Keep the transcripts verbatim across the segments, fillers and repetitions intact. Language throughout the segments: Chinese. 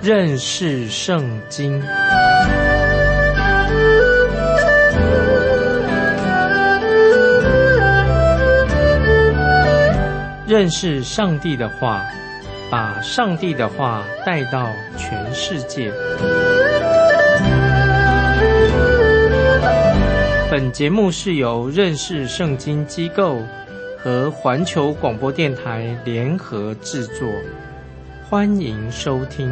认识圣经。认识上帝的话，把上帝的话带到全世界。本节目是由认识圣经机构和环球广播电台联合制作，欢迎收听。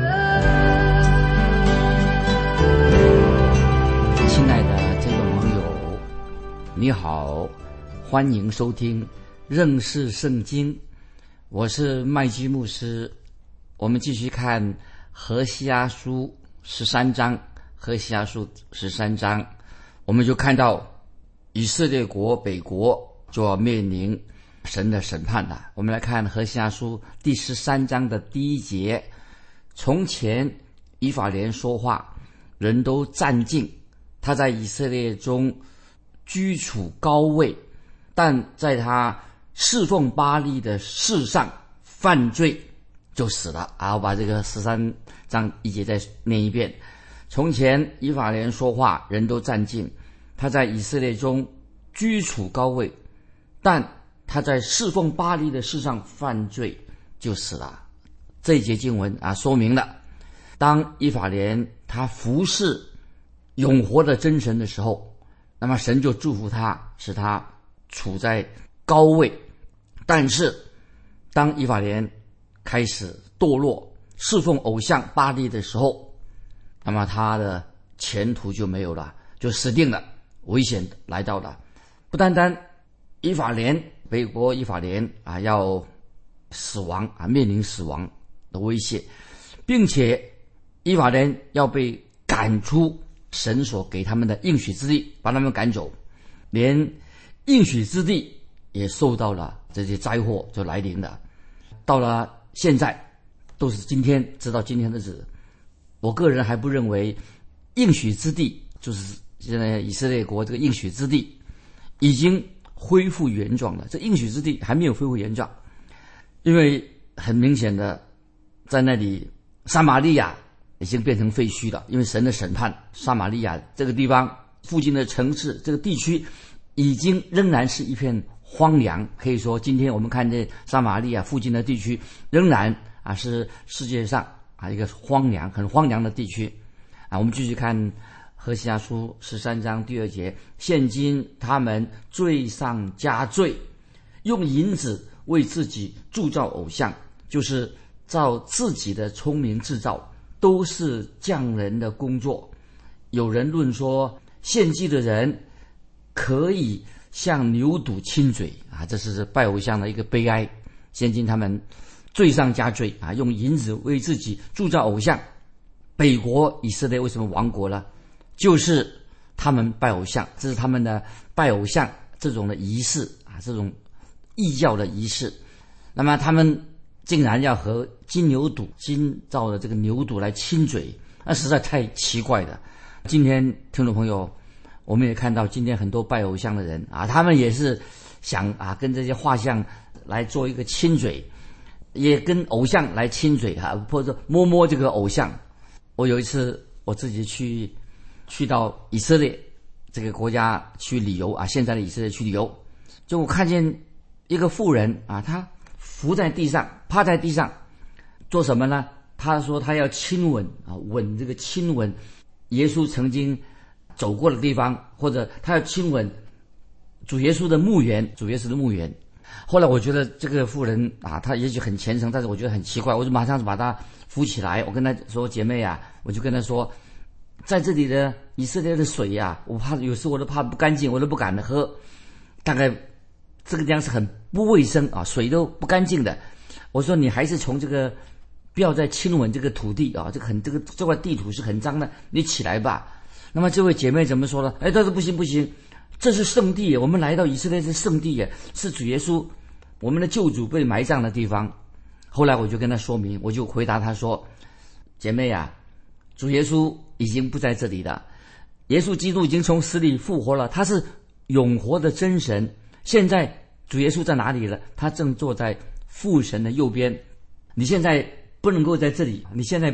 亲爱的听众朋友，你好，欢迎收听认识圣经，我是麦基牧师。我们继续看何西阿书十三章，何西阿书十三章，我们就看到以色列国北国就要面临神的审判了。我们来看何西阿书第十三章的第一节：从前以法莲说话，人都战敬，他在以色列中居处高位，但在他侍奉巴力的事上犯罪，就死了。啊，我把这个十三章一节再念一遍。从前以法莲说话，人都战敬，他在以色列中居处高位，但他在侍奉巴力的事上犯罪，就死了。这一节经文啊，说明了当以法莲他服侍永活的真神的时候，那么神就祝福他，使他处在高位。但是当以法莲开始堕落侍奉偶像巴力的时候，那么他的前途就没有了，就死定了，危险来到了。不单单以法莲北国以法莲啊要死亡啊，面临死亡的威胁，并且以法莲要被赶出神所给他们的应许之地，把他们赶走，连应许之地也受到了这些灾祸就来临了。到了现在都是今天，直到今天的日子，我个人还不认为应许之地，就是现在以色列国这个应许之地已经恢复原状了。这应许之地还没有恢复原状，因为很明显的在那里撒玛利亚已经变成废墟了，因为神的审判，撒玛利亚这个地方附近的城市这个地区已经仍然是一片荒凉。可以说今天我们看这撒玛利亚附近的地区仍然啊是世界上啊一个荒凉很荒凉的地区啊。我们继续看何西阿书十三章第二节：现今他们罪上加罪，用银子为自己铸造偶像，就是照自己的聪明制造，都是匠人的工作。有人论说，献祭的人可以向牛犊亲嘴啊，这是拜偶像的一个悲哀。现今他们罪上加罪啊，用银子为自己铸造偶像。北国以色列为什么亡国了？就是他们拜偶像，这是他们的拜偶像这种的仪式啊，这种异教的仪式。那么他们竟然要和金牛犊金造的这个牛犊来亲嘴，那实在太奇怪了。今天听众朋友，我们也看到今天很多拜偶像的人啊，他们也是想啊跟这些画像来做一个亲嘴，也跟偶像来亲嘴啊，或者摸摸这个偶像。我有一次我自己去去到以色列这个国家去旅游啊，现在的以色列去旅游，就我看见一个妇人啊，她伏在地上，趴在地上做什么呢？她说她要亲吻啊，吻这个亲吻耶稣曾经走过的地方，或者她要亲吻主耶稣的墓园，主耶稣的墓园。后来我觉得这个妇人啊，她也许很虔诚，但是我觉得很奇怪，我就马上把她扶起来，我跟她说：“姐妹啊，我就跟她说，在这里的以色列的水啊，我怕有时我都怕不干净，我都不敢喝，大概这个地方是很不卫生啊，水都不干净的。我说你还是从这个不要再亲吻这个土地啊，这个很这个这块地土是很脏的，你起来吧。”那么这位姐妹怎么说呢？哎，她说不行不行，这是圣地，我们来到以色列是圣地耶，是主耶稣我们的救主被埋葬的地方。后来我就跟她说明，我就回答她说：“姐妹啊，主耶稣已经不在这里了，耶稣基督已经从死里复活了，他是永活的真神。现在主耶稣在哪里了？他正坐在父神的右边。你现在不能够在这里，你现在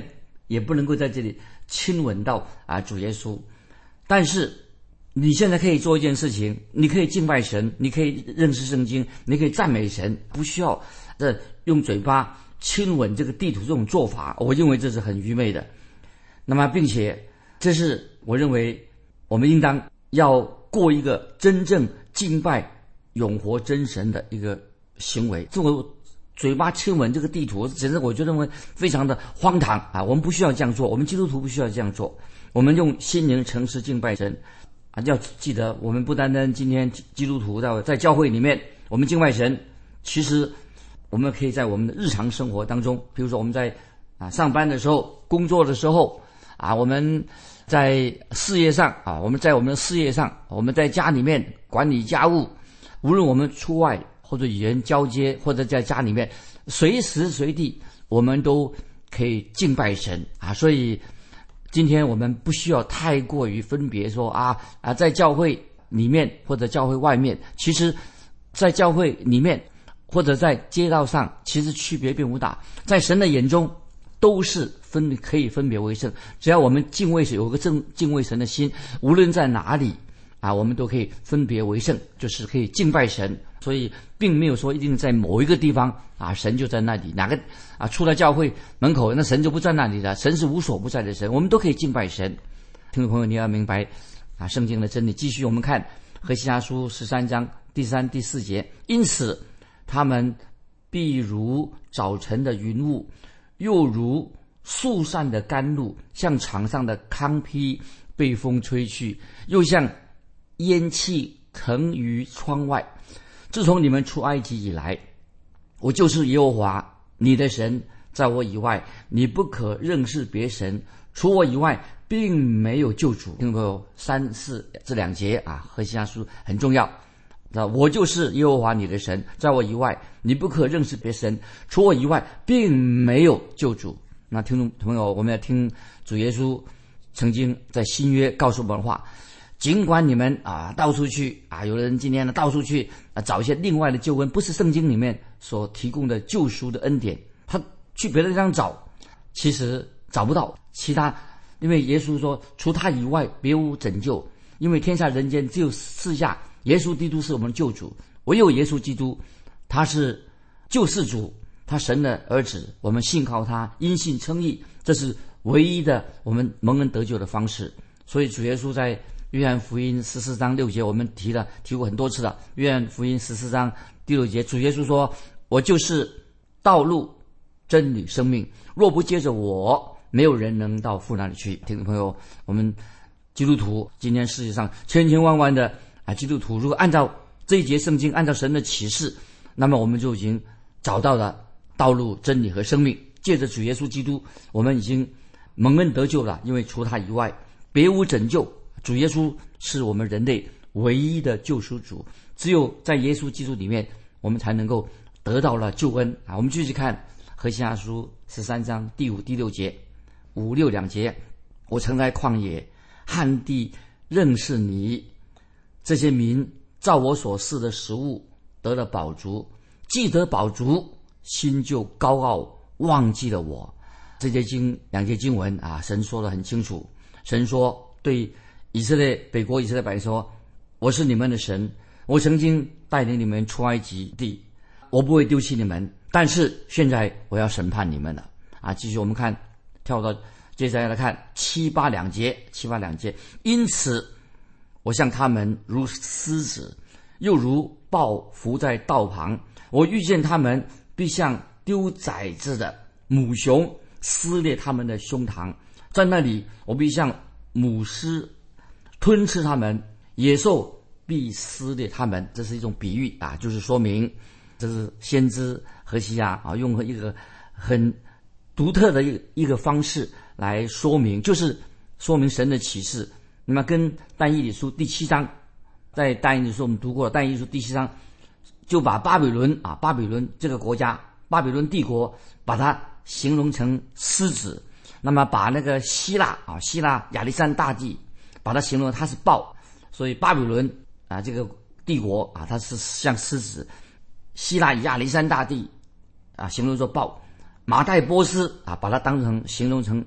也不能够在这里亲吻到啊主耶稣。但是你现在可以做一件事情，你可以敬拜神，你可以认识圣经，你可以赞美神，不需要呃用嘴巴亲吻这个地图这种做法，我认为这是很愚昧的。那么并且这是我认为我们应当要过一个真正敬拜永活真神的一个行为。这个嘴巴亲吻这个地图，简直我就认为非常的荒唐啊！我们不需要这样做，我们基督徒不需要这样做。我们用心灵诚实敬拜神啊！要记得，我们不单单今天基督徒在在教会里面我们敬拜神，其实我们可以在我们的日常生活当中，比如说我们在啊上班的时候、工作的时候啊，我们在事业上啊，我们在我们的事业上，我们在家里面管理家务，无论我们出外或者与人交接，或者在家里面，随时随地我们都可以敬拜神啊！所以今天我们不需要太过于分别说啊啊，在教会里面或者教会外面，其实在教会里面或者在街道上，其实区别并不大，在神的眼中都是分可以分别为圣。只要我们敬畏神，有个正敬畏神的心，无论在哪里啊，我们都可以分别为圣，就是可以敬拜神。所以并没有说一定在某一个地方啊，神就在那里，哪个啊出了教会门口，那神就不在那里了。神是无所不在的神，我们都可以敬拜神。听众朋友，你要明白啊圣经的真理。继续我们看何西阿书十三章第三第四节，因此他们必如早晨的云雾，又如树上的甘露，像场上的糠秕被风吹去，又像烟气腾于窗外。自从你们出埃及以来，我就是耶和华你的神，在我以外你不可认识别神，除我以外并没有救主。听众朋友，三四这两节啊，何西阿书很重要。我就是耶和华你的神，在我以外你不可认识别神，除我以外并没有救主。那听众朋友，我们要听主耶稣曾经在新约告诉我们的话，尽管你们啊到处去啊，有人今天呢到处去啊找一些另外的救恩，不是圣经里面所提供的救赎的恩典，他去别的地方找，其实找不到其他，因为耶稣说除他以外别无拯救，因为天下人间只有四下，耶稣基督是我们的救主，唯有耶稣基督他是救世主，他神的儿子，我们信靠他，因信称义，这是唯一的我们蒙恩得救的方式。所以主耶稣在约翰福音十四章六节，我们提了提过很多次了。约翰福音十四章第六节，主耶稣说：“我就是道路、真理、生命，若不接着我，没有人能到父那里去。”听众朋友，我们基督徒今天世界上千千万万的啊基督徒，如果按照这一节圣经，按照神的启示，那么我们就已经找到了道路、真理和生命。借着主耶稣基督，我们已经蒙恩得救了，因为除他以外别无拯救。主耶稣是我们人类唯一的救赎主，只有在耶稣基督里面，我们才能够得到了救恩啊！我们继续看何西阿书十三章第五、第六节，五六两节。我曾在旷野、旱地认识你，这些民照我所赐的食物得了饱足，既得饱足，心就高傲，忘记了我。这节经两节经文啊，神说得很清楚。神说对以色列北国以色列百姓说：“我是你们的神，我曾经带领你们出埃及地，我不会丢弃你们。但是现在我要审判你们了。”啊，继续我们看，跳到接下来来看七八两节，七八两节。因此，我向他们如狮子，又如豹伏在道旁。我遇见他们，必像丢崽子的母熊撕裂他们的胸膛，在那里我必像母狮吞吃他们，野兽必撕裂他们。这是一种比喻啊，就是说明这是先知何西阿啊用一个很独特的一个一个方式来说明，就是说明神的启示。那么跟但以理书第七章，在但以理书我们读过了，但以理书第七章就把巴比伦啊巴比伦这个国家，巴比伦帝国，把它形容成狮子。那么把那个希腊啊希腊亚历山大帝把它形容它是豹，所以巴比伦啊这个帝国啊它是像狮子，希腊亚历山大帝啊形容作豹，马代波斯啊把它当成形容成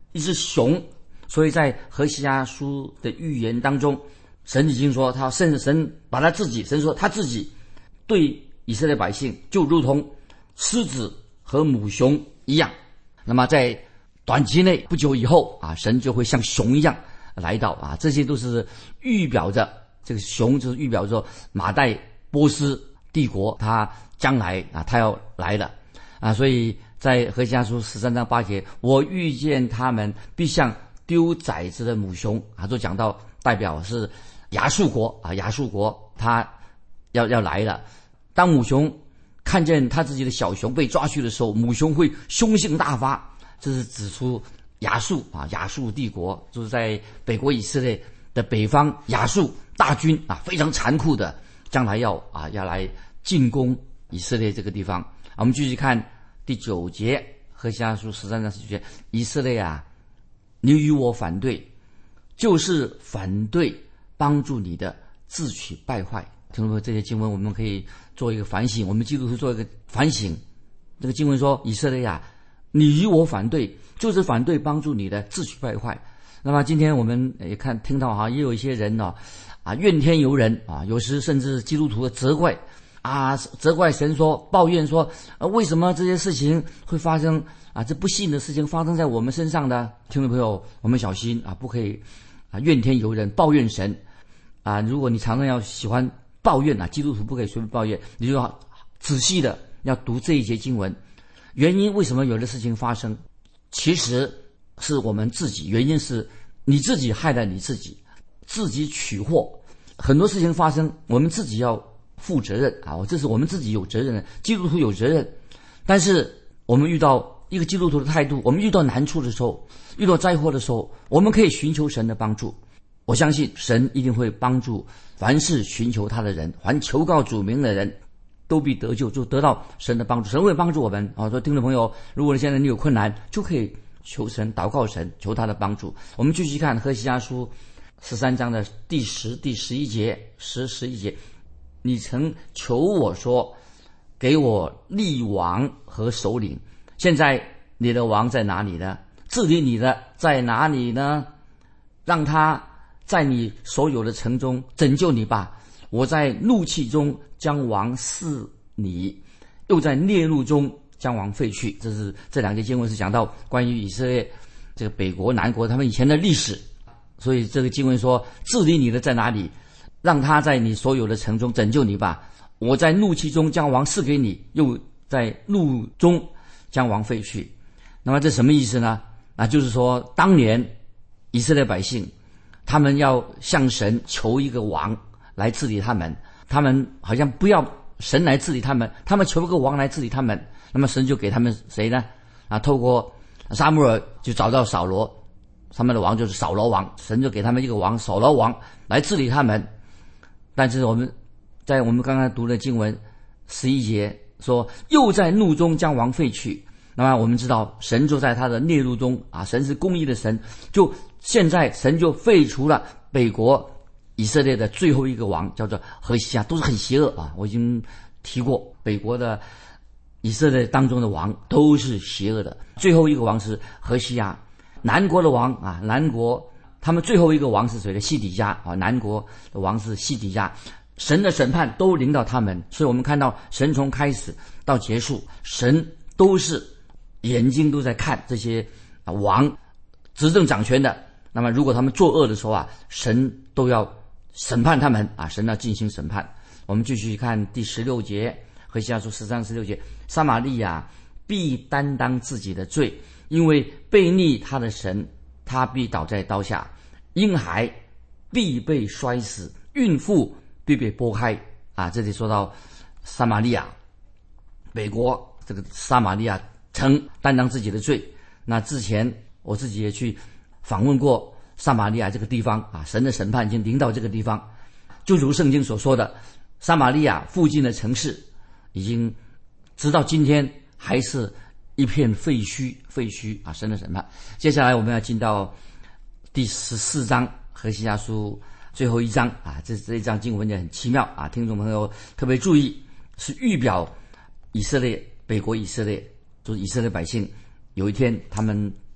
一只熊。所以在何西阿书的预言当中，神已经说他，甚至神把他自己，神说他自己对以色列百姓就如同狮子和母熊一样。那么在短期内不久以后啊，神就会像熊一样来到啊，这些都是预表着，这个熊就是预表着马代波斯帝国他将来啊，他要来了啊。所以在何西阿书十三章八节，我遇见他们必像丢崽子的母熊啊，就讲到代表是亚述国啊，亚述国他要要来了。当母熊看见他自己的小熊被抓去的时候，母熊会凶性大发，这是指出亚述啊，亚述帝国就是在北国以色列的北方，亚述大军啊，非常残酷的，将来要啊要来进攻以色列这个地方。啊、我们继续看第九节，何西阿书十三章十九节，以色列啊，你与我反对，就是反对帮助你的自取败坏。听说这些经文我们可以做一个反省，我们基督徒做一个反省。这个经文说，以色列啊，你与我反对，就是反对帮助你的自取败坏。那么今天我们也看听到哈，也有一些人呢啊怨天尤人啊，有时甚至基督徒的责怪啊，责怪神说，抱怨说，呃，为什么这些事情会发生啊？这不幸的事情发生在我们身上的。听众朋友，我们小心啊，不可以啊怨天尤人，抱怨神啊。如果你常常要喜欢抱怨啊，基督徒不可以随便抱怨，你就要仔细的要读这一节经文。原因为什么有的事情发生，其实是我们自己，原因是你自己害了你自己，自己取祸。很多事情发生，我们自己要负责任啊，这是我们自己有责任的，基督徒有责任。但是我们遇到一个基督徒的态度，我们遇到难处的时候，遇到灾祸的时候，我们可以寻求神的帮助。我相信神一定会帮助凡是寻求他的人，凡求告主名的人都必得救，就得到神的帮助。神会帮助我们啊！说听众朋友，如果现在你有困难，就可以求神，祷告神，求他的帮助。我们继续看何西阿书十三章的第十、第十一节，十、十一节。你曾求我说，给我立王和首领，现在你的王在哪里呢？治理你的在哪里呢？让他在你所有的城中拯救你吧。我在怒气中将王赐你，又在烈怒中将王废去。这是这两节经文是讲到关于以色列这个北国南国他们以前的历史。所以这个经文说，治理你的在哪里？让他在你所有的城中拯救你吧。我在怒气中将王赐给你，又在怒中将王废去。那么这什么意思呢？那就是说，当年以色列百姓他们要向神求一个王来治理他们，他们好像不要神来治理他们，他们求一个王来治理他们。那么神就给他们谁呢？啊，透过撒母耳就找到扫罗，他们的王就是扫罗王，神就给他们一个王，扫罗王来治理他们。但是我们在我们刚刚读的经文十一节说，又在怒中将王废去。那么我们知道神就在他的烈怒中啊，神是公义的神，就现在神就废除了北国以色列的最后一个王，叫做何西阿，都是很邪恶啊。我已经提过，北国的以色列当中的王都是邪恶的，最后一个王是何西阿。南国的王啊，南国他们最后一个王是谁呢？西底家啊，南国的王是西底家。神的审判都临到他们，所以我们看到神从开始到结束，神都是眼睛都在看这些啊王执政掌权的。那么如果他们作恶的时候啊，神都要审判他们啊，神要进行审判。我们继续看第十六节，何西阿书十三十六节，撒玛利亚必担当自己的罪，因为悖逆他的神，他必倒在刀下，婴孩必被摔死，孕妇必被剥开啊！这里说到撒玛利亚北国，这个撒玛利亚曾担当自己的罪。那之前我自己也去访问过撒玛利亚这个地方啊，神的审判已经临到这个地方，就如圣经所说的，撒玛利亚附近的城市已经直到今天还是一片废墟，废墟啊！神的审判。接下来我们要进到第十四章何西阿书最后一章啊，这这一章经文也很奇妙啊，听众朋友特别注意，是预表以色列北国以色列，就是以色列百姓有一天他们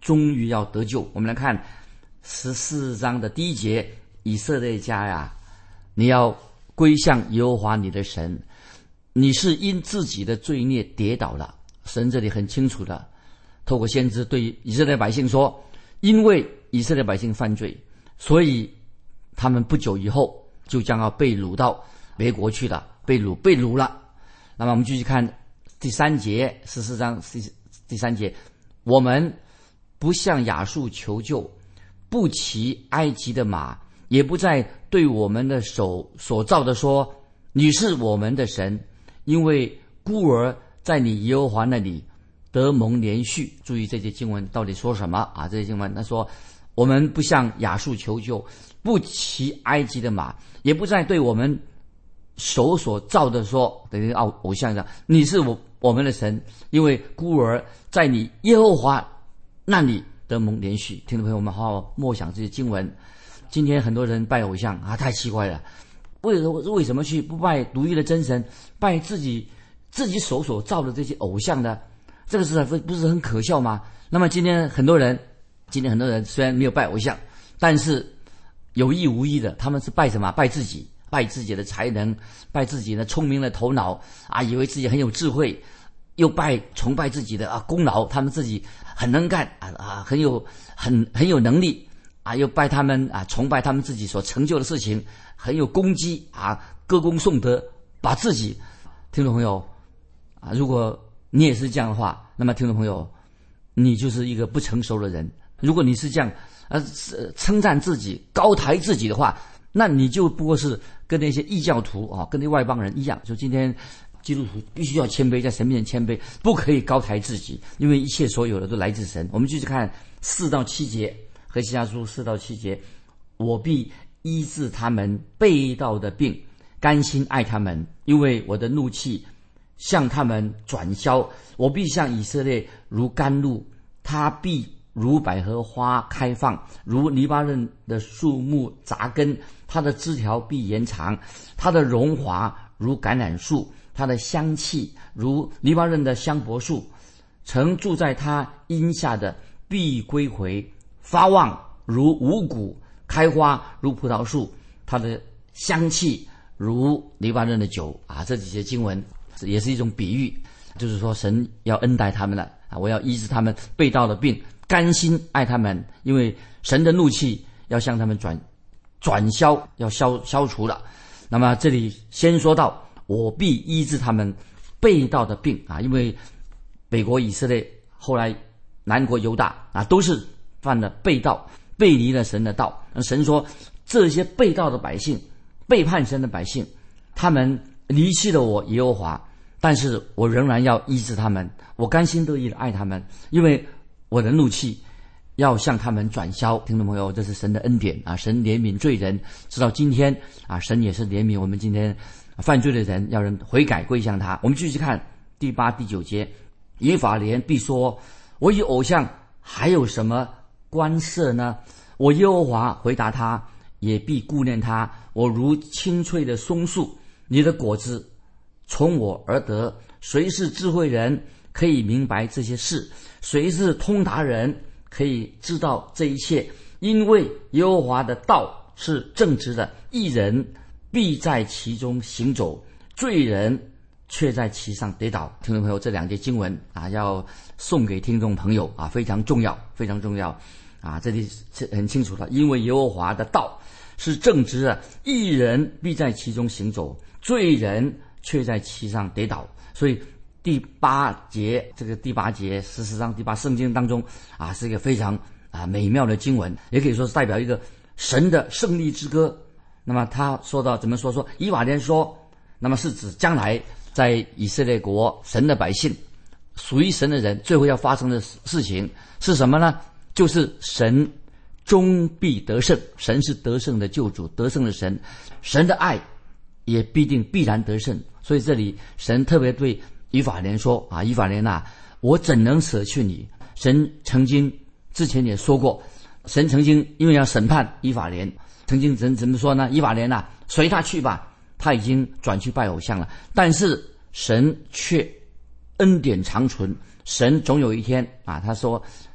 终于要得救。我们来看十四章的第一节，以色列家呀，你要归向耶和华你的神，你是因自己的罪孽跌倒了。神这里很清楚的透过先知对以色列百姓说，因为以色列百姓犯罪，所以他们不久以后就将要被掳到别国去了，被掳被掳了。那么我们继续看第三节，十四章第第三节，我们不向亚述求救，不骑埃及的马，也不再对我们的手所造的说，你是我们的神，因为孤儿在你耶和华那里得蒙连续。注意这些经文到底说什么啊？这些经文他说，我们不向亚述求救，不骑埃及的马，也不再对我们手所造的说，等于偶偶像一样，你是我我们的神，因为孤儿在你耶和华那里得蒙连续。听众朋友们，好好默想这些经文。今天很多人拜偶像啊，太奇怪了，为什么为什么去不拜独一的真神，拜自己自己手所造的这些偶像呢？这个是不是很可笑吗？那么今天很多人，今天很多人虽然没有拜偶像，但是有意无意的，他们是拜什么？拜自己，拜自己的才能，拜自己的聪明的头脑啊，以为自己很有智慧，又拜崇拜自己的啊功劳，他们自己很能干啊啊，很有很很有能力啊，又拜他们啊，崇拜他们自己所成就的事情，很有功绩啊，歌功颂德，把自己。听众朋友啊，如果你也是这样的话，那么听众朋友，你就是一个不成熟的人。如果你是这样呃称赞自己、高抬自己的话，那你就不过是跟那些异教徒啊，跟那外邦人一样。说今天基督徒必须要谦卑，在神面前谦卑，不可以高抬自己，因为一切所有的都来自神。我们继续看四到七节，何西阿书四到七节，我必医治他们背道的病，甘心爱他们，因为我的怒气向他们转消。我必向以色列如甘露，他必如百合花开放，如黎巴嫩的树木扎根，它的枝条必延长，它的荣华如橄榄树，它的香气如黎巴嫩的香柏树，曾住在它荫下的必归回，发旺如五谷，开花如葡萄树，它的香气如黎巴嫩的酒啊。这几节经文也是一种比喻，就是说神要恩待他们了啊，我要医治他们背道的病，甘心爱他们，因为神的怒气要向他们转转消，要消消除了。那么这里先说到我必医治他们背道的病啊，因为北国以色列后来南国犹大啊，都是犯了背道，背离了神的道。神说这些背道的百姓，背叛神的百姓，他们离弃了我耶和华，但是我仍然要医治他们，我甘心乐意的爱他们，因为我的怒气要向他们转消。听众朋友，这是神的恩典啊！神怜悯罪人，直到今天啊，神也是怜悯我们今天犯罪的人，要人悔改归向他。我们继续看第八、第九节，以法莲必说：我与偶像还有什么关涉呢？我耶和华回答他，也必顾念他。我如青翠的松树，你的果子从我而得。谁是智慧人，可以明白这些事？谁是通达人，可以知道这一切？因为耶和华的道是正直的，义人必在其中行走，罪人却在其上跌倒。听众朋友，这两节经文啊，要送给听众朋友啊，非常重要，非常重要啊！这里很清楚了，因为耶和华的道是正直的，义人必在其中行走，罪人却在其上跌倒。所以第八节，这个第八节十四章第八圣经当中啊，是一个非常啊美妙的经文，也可以说是代表一个神的胜利之歌。那么他说到怎么说说以法莲说，那么是指将来在以色列国神的百姓，属于神的人，最后要发生的事情是什么呢？就是神终必得胜，神是得胜的救主，得胜的神，神的爱也必定必然得胜。所以这里神特别对以法莲说啊，以法莲啊，我怎能舍去你？神曾经之前也说过，神曾经因为要审判以法莲，曾经怎怎么说呢？以法莲啊，随他去吧，他已经转去拜偶像了。但是神却恩典长存，神总有一天啊，他说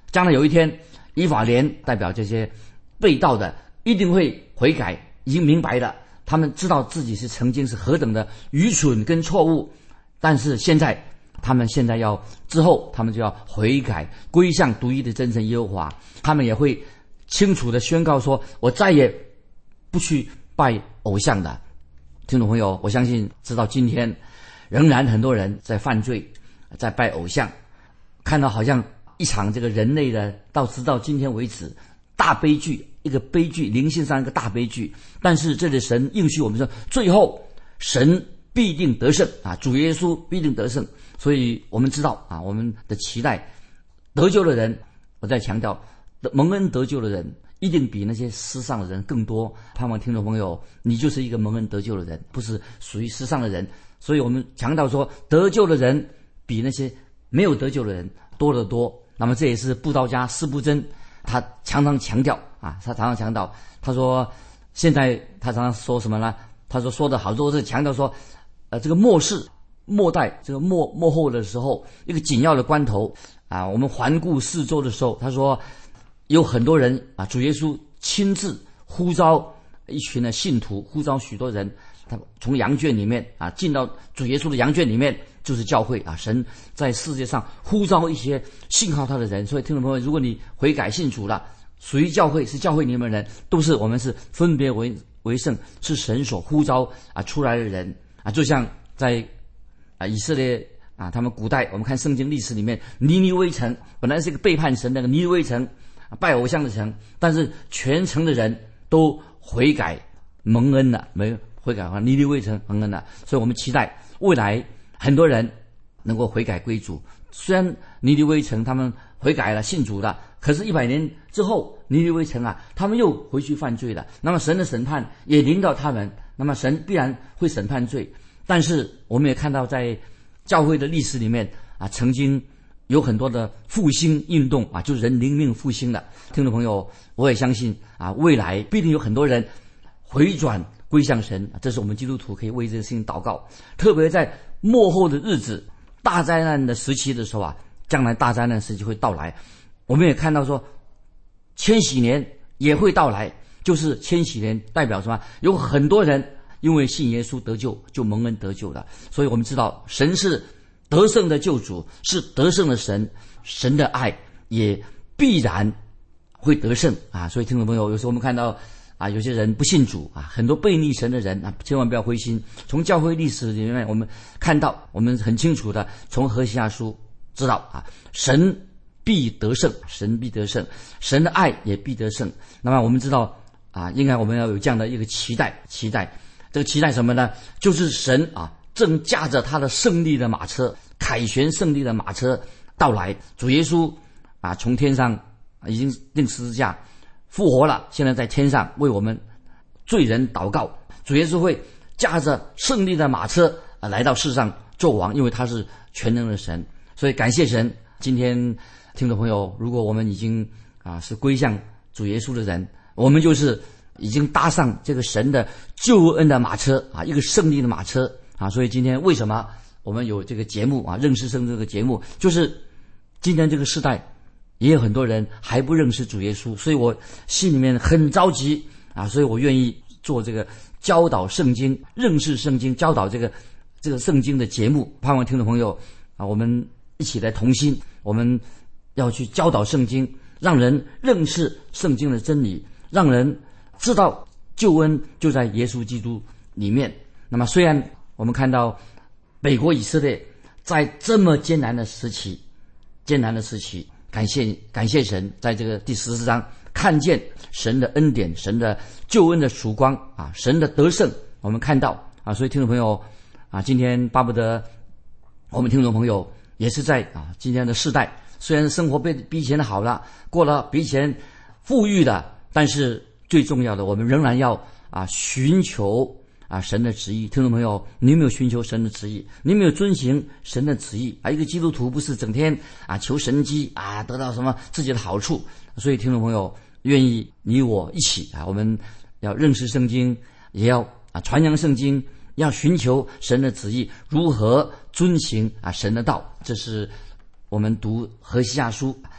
将来有一天，以法莲代表这些被盗的一定会悔改，已经明白了，他们知道自己是曾经是何等的愚蠢跟错误，但是现在他们现在要之后他们就要悔改，归向独一的真神耶和华。他们也会清楚的宣告说，我再也不去拜偶像的。听众朋友，我相信直到今天仍然很多人在犯罪，在拜偶像，看到好像一场这个人类的到直到今天为止大悲剧，一个悲剧，灵性上一个大悲剧。但是这里神应许我们说，最后神必定得胜啊，主耶稣必定得胜。所以我们知道啊，我们的期待得救的人，我再强调，蒙恩得救的人一定比那些世上的人更多。盼望听众朋友，你就是一个蒙恩得救的人，不是属于世上的人。所以我们强调说，得救的人比那些没有得救的人多得多。那么这也是布道家司布真他常常强调啊，他常常强调，他说现在他常常说什么呢？他说说的好多是强调说，呃，这个末世末代这个末末后的时候，一个紧要的关头啊，我们环顾四周的时候，他说有很多人啊，主耶稣亲自呼召一群的信徒，呼召许多人，他从羊圈里面啊进到主耶稣的羊圈里面，就是教会啊。神在世界上呼召一些信靠他的人，所以听众朋友，如果你悔改信主了，属于教会，是教会里面的人，都是我们是分别为为圣，是神所呼召啊出来的人啊。就像在啊以色列啊，他们古代我们看圣经历史里面，尼尼微城本来是一个背叛神的尼尼微城，拜偶像的城，但是全城的人都悔改蒙恩了，没悔改的话，尼尼微城蒙恩了。所以我们期待未来很多人能够悔改归主。虽然尼尼微城他们悔改了，信主了，可是一百年之后，尼尼微城啊，他们又回去犯罪了。那么神的审判也临到他们，那么神必然会审判罪。但是我们也看到在教会的历史里面啊，曾经有很多的复兴运动啊，就是人灵命复兴的。听众朋友，我也相信啊，未来必定有很多人回转归向神，这是我们基督徒可以为这个事情祷告。特别在末后的日子，大灾难的时期的时候啊，将来大灾难时期会到来。我们也看到说，千禧年也会到来，就是千禧年代表什么？有很多人因为信耶稣得救，就蒙恩得救了。所以我们知道神是得胜的救主，是得胜的神，神的爱也必然会得胜啊！所以听众朋友，有时候我们看到啊，有些人不信主啊，很多背逆神的人啊，千万不要灰心。从教会历史里面，我们看到，我们很清楚的从何西阿书知道啊，神必得胜，神必得胜，神的爱也必得胜。那么我们知道啊，应该我们要有这样的一个期待，期待这个期待什么呢？就是神啊，正驾着他的胜利的马车，凯旋胜利的马车到来。主耶稣啊，从天上已经钉十字架复活了，现在在天上为我们罪人祷告。主耶稣会驾着胜利的马车啊来到世上做王，因为他是全能的神。所以感谢神。今天听众朋友，如果我们已经啊是归向主耶稣的人，我们就是已经搭上这个神的救恩的马车啊，一个胜利的马车啊。所以今天为什么我们有这个节目啊，认识圣这个节目，就是今天这个时代也有很多人还不认识主耶稣，所以我心里面很着急啊，所以我愿意做这个教导圣经、认识圣经、教导这个这个圣经的节目。盼望听众朋友啊，我们一起来同心，我们要去教导圣经，让人认识圣经的真理，让人知道救恩就在耶稣基督里面。那么虽然我们看到北国以色列在这么艰难的时期，艰难的时期，感谢感谢神，在这个第十四章看见神的恩典，神的救恩的曙光啊，神的得胜，我们看到啊。所以听众朋友啊，今天巴不得我们听众朋友也是在啊今天的世代，虽然生活比比以前好了，过了比以前富裕了，但是最重要的，我们仍然要啊寻求啊神的旨意。听众朋友，你有没有寻求神的旨意？你有没有遵行神的旨意啊？一个基督徒不是整天啊求神迹啊，得到什么自己的好处。所以听众朋友，愿意你我一起啊，我们要认识圣经，也要啊传扬圣经，要寻求神的旨意，如何遵行啊神的道。这是我们读何西阿书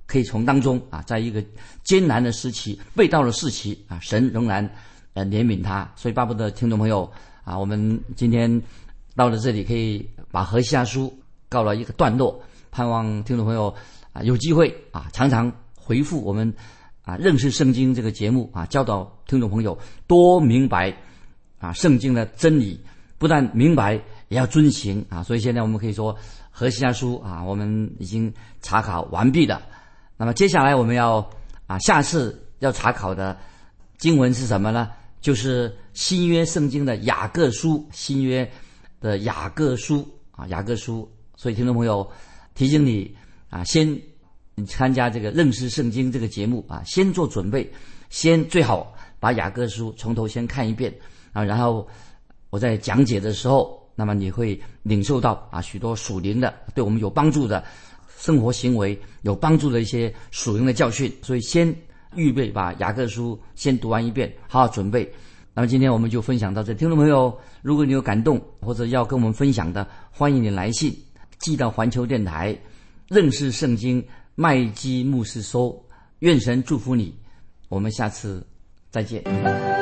可以从当中啊，在一个艰难的时期、被盗的时期啊，神仍然呃怜悯他。所以巴不得听众朋友啊，我们今天到了这里，可以把何西阿书告了一个段落，盼望听众朋友啊有机会啊常常回复我们啊认识圣经这个节目啊，教导听众朋友多明白啊圣经的真理，不但明白也要遵行啊。所以现在我们可以说何西阿书啊，我们已经查考完毕了。那么接下来我们要啊下次要查考的经文是什么呢？就是新约圣经的雅各书，新约的雅各书啊，雅各书。所以听众朋友提醒你啊，先参加这个认识圣经这个节目啊，先做准备，先最好把雅各书从头先看一遍啊，然后我在讲解的时候，那么你会领受到啊许多属灵的对我们有帮助的生活行为有帮助的一些属灵的教训。所以先预备把雅各书先读完一遍，好好准备。那么今天我们就分享到这，听众朋友，如果你有感动或者要跟我们分享的，欢迎你来信寄到环球电台认识圣经麦基牧师收。愿神祝福你，我们下次再见。